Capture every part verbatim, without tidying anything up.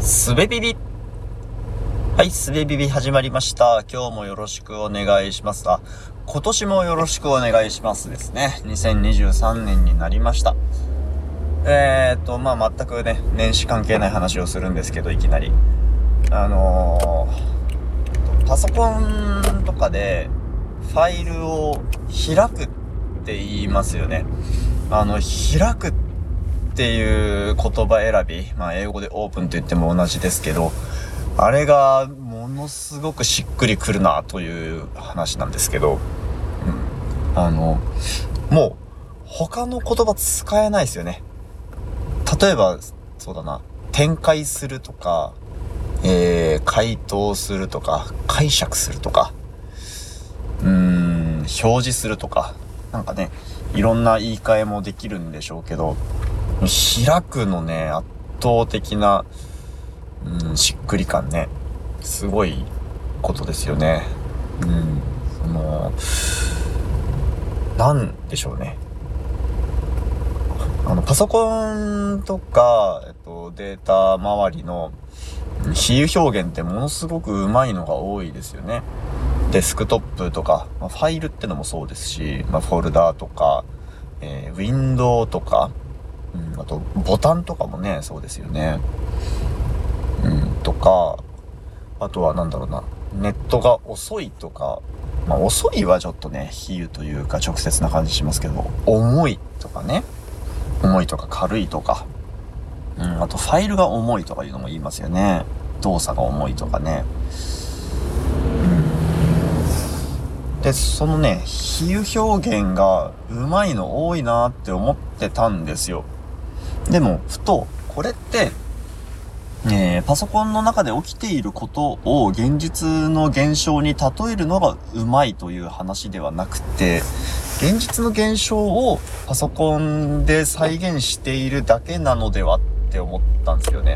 すべビビはい、すべビビ始まりました。今日もよろしくお願いします。あ、今年もよろしくお願いしますですね。にせんにじゅうさんねんになりました。えーっと、まあ、全くね、年始関係ない話をするんですけど、いきなり。あのー、パソコンとかでファイルを開くって言いますよね。あの、開くっていう言葉選び、まあ、英語でオープンと言っても同じですけど、あれがものすごくしっくりくるなという話なんですけど、うん、あのもう他の言葉使えないですよね。例えばそうだな、展開するとか、えー、回答するとか、解釈するとか、うーん表示するとか、なんかね、いろんな言い換えもできるんでしょうけど、開くのね、圧倒的なうん、しっくり感ね、すごいことですよね。うん、そのなんでしょうね。あのパソコンとか、えっと、データ周りの比喩表現ってものすごく上手いのが多いですよね。デスクトップとか、まあ、ファイルってのもそうですし、まあ、フォルダーとか、えー、ウィンドウとか、うん、あとボタンとかもね、そうですよね。うん、とか、あとはなんだろうな、ネットが遅いとか、まあ遅いはちょっとね、比喩というか直接な感じしますけど、重いとかね、重いとか軽いとか、うん、あとファイルが重いとかいうのも言いますよね。動作が重いとかね。うん、で、そのね、比喩表現が上手いの多いなって思ってたんですよ。でも、ふと、これって、えー、パソコンの中で起きていることを現実の現象に例えるのがうまいという話ではなくて、現実の現象をパソコンで再現しているだけなのではって思ったんですよね。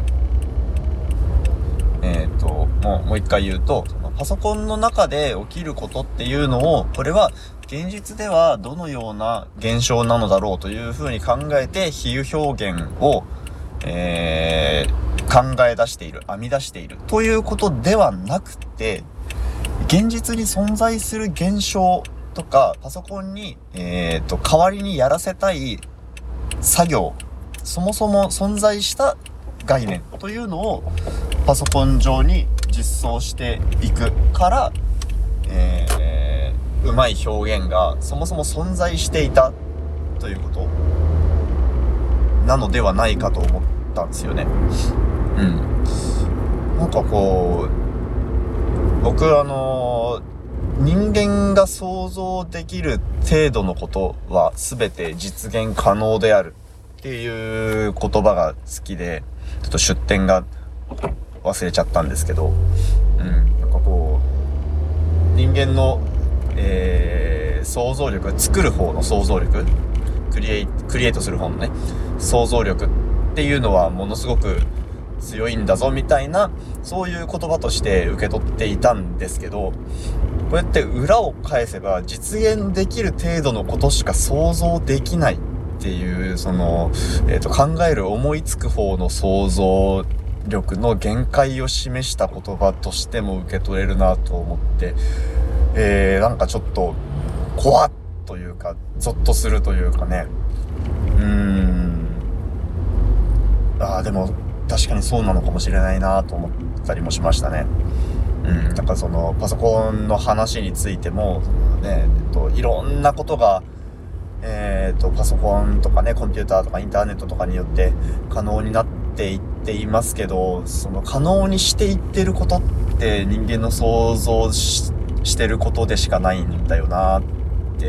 えっと、もう、もう一回言うと、そのパソコンの中で起きることっていうのを、これは現実ではどのような現象なのだろうというふうに考えて比喩表現を、えー、考え出している、編み出しているということではなくて、現実に存在する現象とかパソコンに、えーと、代わりにやらせたい作業、そもそも存在した概念というのをパソコン上に実装していくから、えー、うまい表現がそもそも存在していたということなのではないかと思ったんですよね。うん。なんかこう、僕あの人間が想像できる程度のことは全て実現可能であるっていう言葉が好きで、ちょっと出典が忘れちゃったんですけど、うん、なんかこう人間の、えー、想像力、作る方の想像力、クリエイ、クリエイトする方のね、想像力っていうのはものすごく強いんだぞみたいな、そういう言葉として受け取っていたんですけど、こうやって裏を返せば実現できる程度のことしか想像できないっていう、その、えーと、考える思いつく方の想像力の限界を示した言葉としても受け取れるなと思って、えー、なんかちょっと怖っというかゾッとするというかね、うーん、あーでも確かにそうなのかもしれないなと思ったりもしましたね。うん、なんかそのパソコンの話についてもね、えっと、いろんなことが、えー、とパソコンとかね、コンピューターとかインターネットとかによって可能になっていっていますけど、その可能にしていってることって人間の想像 し, してることでしかないんだよなって、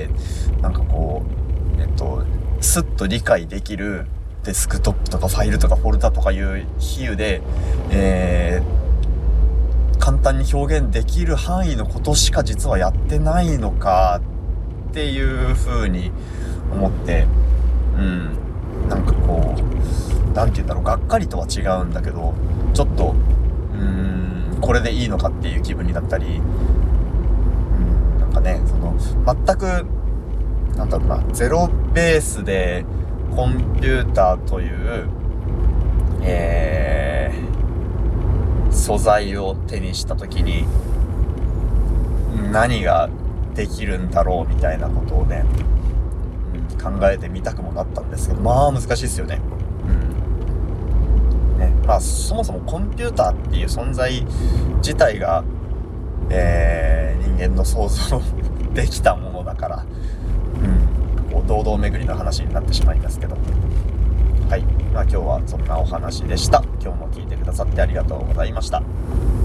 なんかこう、えっとスッと理解できるデスクトップとかファイルとかフォルダとかいう比喩で、えー、簡単に表現できる範囲のことしか実はやってないのかっていう風に思って、うん、なんかこう、なんて言うんだろう、がっかりとは違うんだけど、ちょっと、うーん、これでいいのかっていう気分になったり、うん、なんかね、その全くなんだろうな、ゼロベースでコンピューターという、え素材を手にした時に何ができるんだろうみたいなことをね、うん、考えてみたくもなったんですけど、まあ難しいですよね。うんね、まあそもそもコンピューターっていう存在自体が、えー、人間の想像できたものだから、うん、こう堂々巡りの話になってしまいますけど、はい、まあ今日はそんなお話でした。今日も聞いてくださってありがとうございました。